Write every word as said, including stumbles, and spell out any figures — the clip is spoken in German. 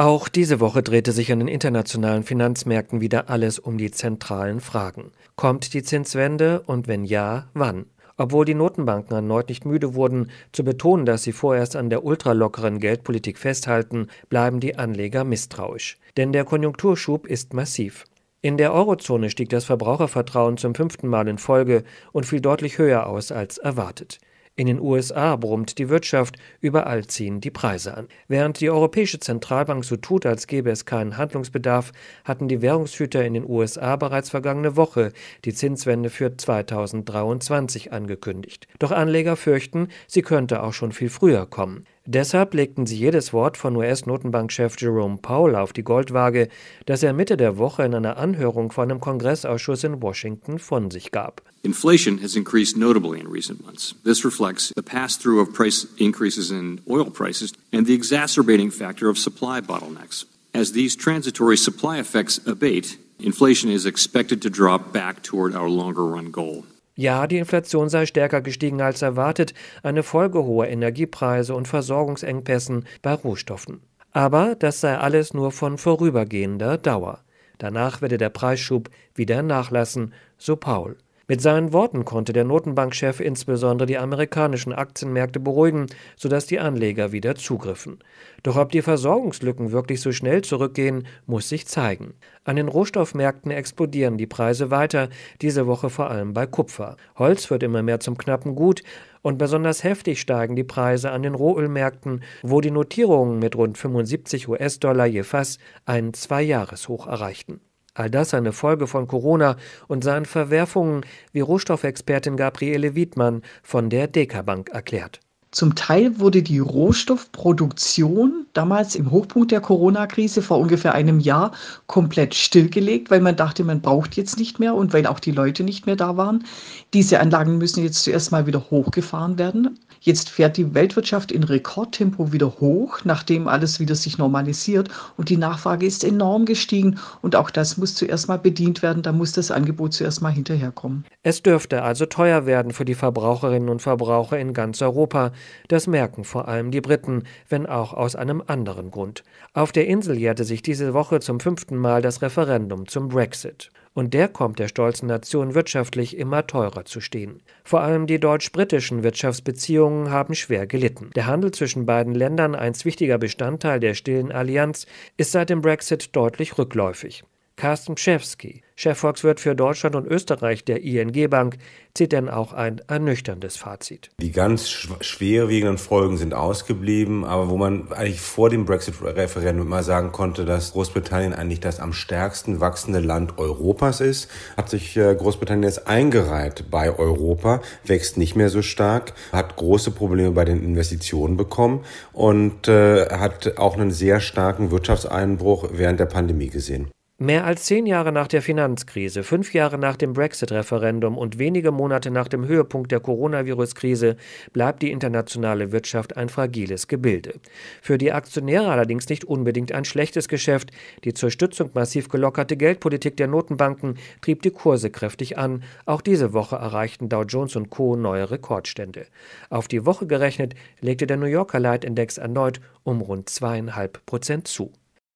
Auch diese Woche drehte sich an den internationalen Finanzmärkten wieder alles um die zentralen Fragen. Kommt die Zinswende und wenn ja, wann? Obwohl die Notenbanken erneut nicht müde wurden, zu betonen, dass sie vorerst an der ultralockeren Geldpolitik festhalten, bleiben die Anleger misstrauisch. Denn der Konjunkturschub ist massiv. In der Eurozone stieg das Verbrauchervertrauen zum fünften Mal in Folge und fiel deutlich höher aus als erwartet. In den U S A brummt die Wirtschaft, überall ziehen die Preise an. Während die Europäische Zentralbank so tut, als gäbe es keinen Handlungsbedarf, hatten die Währungshüter in den U S A bereits vergangene Woche die Zinswende für zweitausenddreiundzwanzig angekündigt. Doch Anleger fürchten, sie könnte auch schon viel früher kommen. Deshalb legten sie jedes Wort von U S-Notenbankchef Jerome Powell auf die Goldwaage, das er Mitte der Woche in einer Anhörung vor einem Kongressausschuss in Washington von sich gab. Inflation has increased notably in recent months. This reflects the pass-through of price increases in oil prices and the exacerbating factor of supply bottlenecks. As these transitory supply effects abate, inflation is expected to drop back toward our longer-run goal. Ja, die Inflation sei stärker gestiegen als erwartet, eine Folge hoher Energiepreise und Versorgungsengpässen bei Rohstoffen. Aber das sei alles nur von vorübergehender Dauer. Danach werde der Preisschub wieder nachlassen, so Powell. Mit seinen Worten konnte der Notenbankchef insbesondere die amerikanischen Aktienmärkte beruhigen, sodass die Anleger wieder zugriffen. Doch ob die Versorgungslücken wirklich so schnell zurückgehen, muss sich zeigen. An den Rohstoffmärkten explodieren die Preise weiter, diese Woche vor allem bei Kupfer. Holz wird immer mehr zum knappen Gut und besonders heftig steigen die Preise an den Rohölmärkten, wo die Notierungen mit rund fünfundsiebzig US-Dollar je Fass ein Zwei-Jahres-Hoch erreichten. All das eine Folge von Corona und seinen Verwerfungen, wie Rohstoffexpertin Gabriele Wiedmann von der Deka-Bank erklärt. Zum Teil wurde die Rohstoffproduktion damals im Hochpunkt der Corona-Krise vor ungefähr einem Jahr komplett stillgelegt, weil man dachte, man braucht jetzt nicht mehr und weil auch die Leute nicht mehr da waren. Diese Anlagen müssen jetzt zuerst mal wieder hochgefahren werden. Jetzt fährt die Weltwirtschaft in Rekordtempo wieder hoch, nachdem alles wieder sich normalisiert und die Nachfrage ist enorm gestiegen und auch das muss zuerst mal bedient werden, da muss das Angebot zuerst mal hinterherkommen. Es dürfte also teuer werden für die Verbraucherinnen und Verbraucher in ganz Europa. Das merken vor allem die Briten, wenn auch aus einem anderen Grund. Auf der Insel jährte sich diese Woche zum fünften Mal das Referendum zum Brexit. Und der kommt der stolzen Nation wirtschaftlich immer teurer zu stehen. Vor allem die deutsch-britischen Wirtschaftsbeziehungen haben schwer gelitten. Der Handel zwischen beiden Ländern, einst wichtiger Bestandteil der stillen Allianz, ist seit dem Brexit deutlich rückläufig. Carsten Czeski, Chefvolkswirt für Deutschland und Österreich der I N G-Bank, zieht denn auch ein ernüchterndes Fazit. Die ganz schwerwiegenden Folgen sind ausgeblieben, aber wo man eigentlich vor dem Brexit-Referendum mal sagen konnte, dass Großbritannien eigentlich das am stärksten wachsende Land Europas ist, hat sich Großbritannien jetzt eingereiht bei Europa, wächst nicht mehr so stark, hat große Probleme bei den Investitionen bekommen und äh, hat auch einen sehr starken Wirtschaftseinbruch während der Pandemie gesehen. Mehr als zehn Jahre nach der Finanzkrise, fünf Jahre nach dem Brexit-Referendum und wenige Monate nach dem Höhepunkt der Coronavirus-Krise bleibt die internationale Wirtschaft ein fragiles Gebilde. Für die Aktionäre allerdings nicht unbedingt ein schlechtes Geschäft. Die zur Stützung massiv gelockerte Geldpolitik der Notenbanken trieb die Kurse kräftig an. Auch diese Woche erreichten Dow Jones und Co. neue Rekordstände. Auf die Woche gerechnet legte der New Yorker Leitindex erneut um rund zweieinhalb Prozent zu.